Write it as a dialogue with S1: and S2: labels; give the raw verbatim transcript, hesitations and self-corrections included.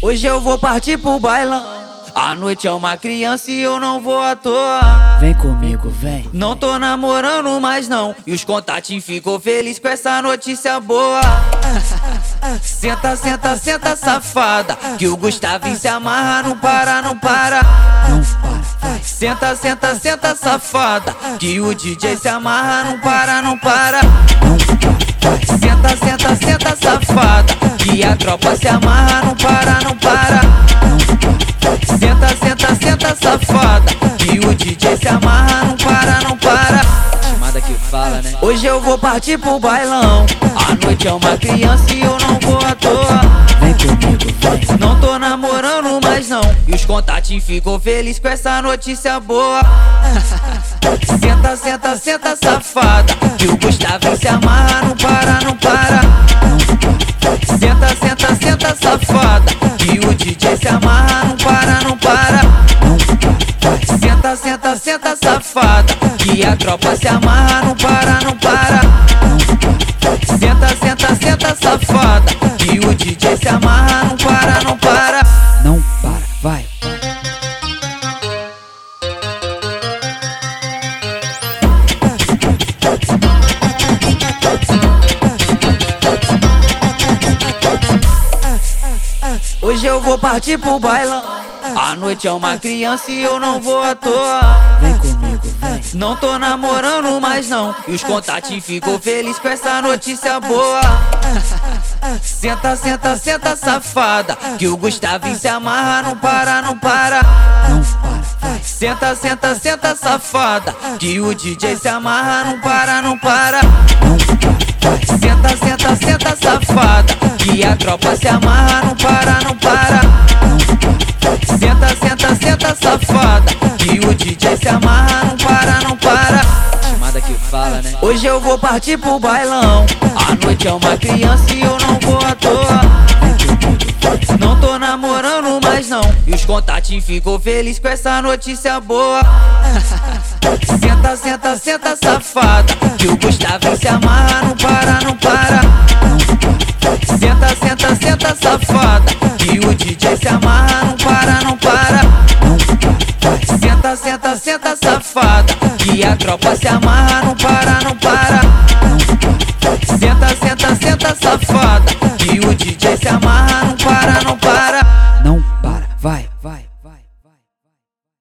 S1: Hoje eu vou partir pro bailão. A noite é uma criança e eu não vou à toa.
S2: Vem comigo, vem.
S1: Não tô namorando mais não, e os contatinhos ficou feliz com essa notícia boa. Senta, senta, senta, safada, que o Gustavinho se amarra, não para, não para.
S2: Não para, vai.
S1: Senta, senta, senta, safada, que o D J se amarra, não para, não para.
S2: Não para, vai.
S1: Senta, senta, senta, safada, que a tropa se amarra, não para, não para. Senta, senta, senta, safada, que o D J se amarra, não para, não para.
S2: Chamada que fala, né?
S1: Hoje eu vou partir pro bailão. A noite é uma criança e eu não vou à toa.
S2: Vem comigo, vem.
S1: Não tô namorando mais não, e os contatinhos ficou feliz com essa notícia boa. Senta, senta, senta, safada, que o Gustavinho se amarra, não para, não para. Senta, senta, senta, safada, que o D J se amarra, não para, não para. Senta, senta, senta, safada, que a tropa se amarra, não para, não para. Senta, senta, senta, safada, que o D J se amarra, não para, não para.
S2: Não para, vai.
S1: Hoje eu vou partir pro bailão. A noite é uma criança e eu não vou à toa.
S2: Vem comigo, vem.
S1: Não tô namorando mais não, e os contatinhos ficou feliz com essa notícia boa. Senta, senta, senta, safada, que o Gustavinho se amarra, não para, não para.
S2: Não para, vai.
S1: Senta, senta, senta, safada, que o D J se amarra, não para, não para.
S2: Não para, vai.
S1: Senta, senta, senta, safada, que a tropa se amarra, não para, não para. Senta, senta, senta, safada, que o D J se amarra, não para, não para.
S2: Chamada que fala, né?
S1: Hoje eu vou partir pro bailão. A noite é uma criança e eu não vou à toa. Não tô namorando mais não, e os contatinhos ficou feliz com essa notícia boa. Senta, senta, senta, safada, que o Gustavinho se amarra, não para, não para. Senta, senta, senta, safada, que o D J se amarra, não para, não para. Senta, senta, senta, safada, que a tropa se amarra, não para, não para. Senta, senta, senta, safada, que o D J se amarra, não para,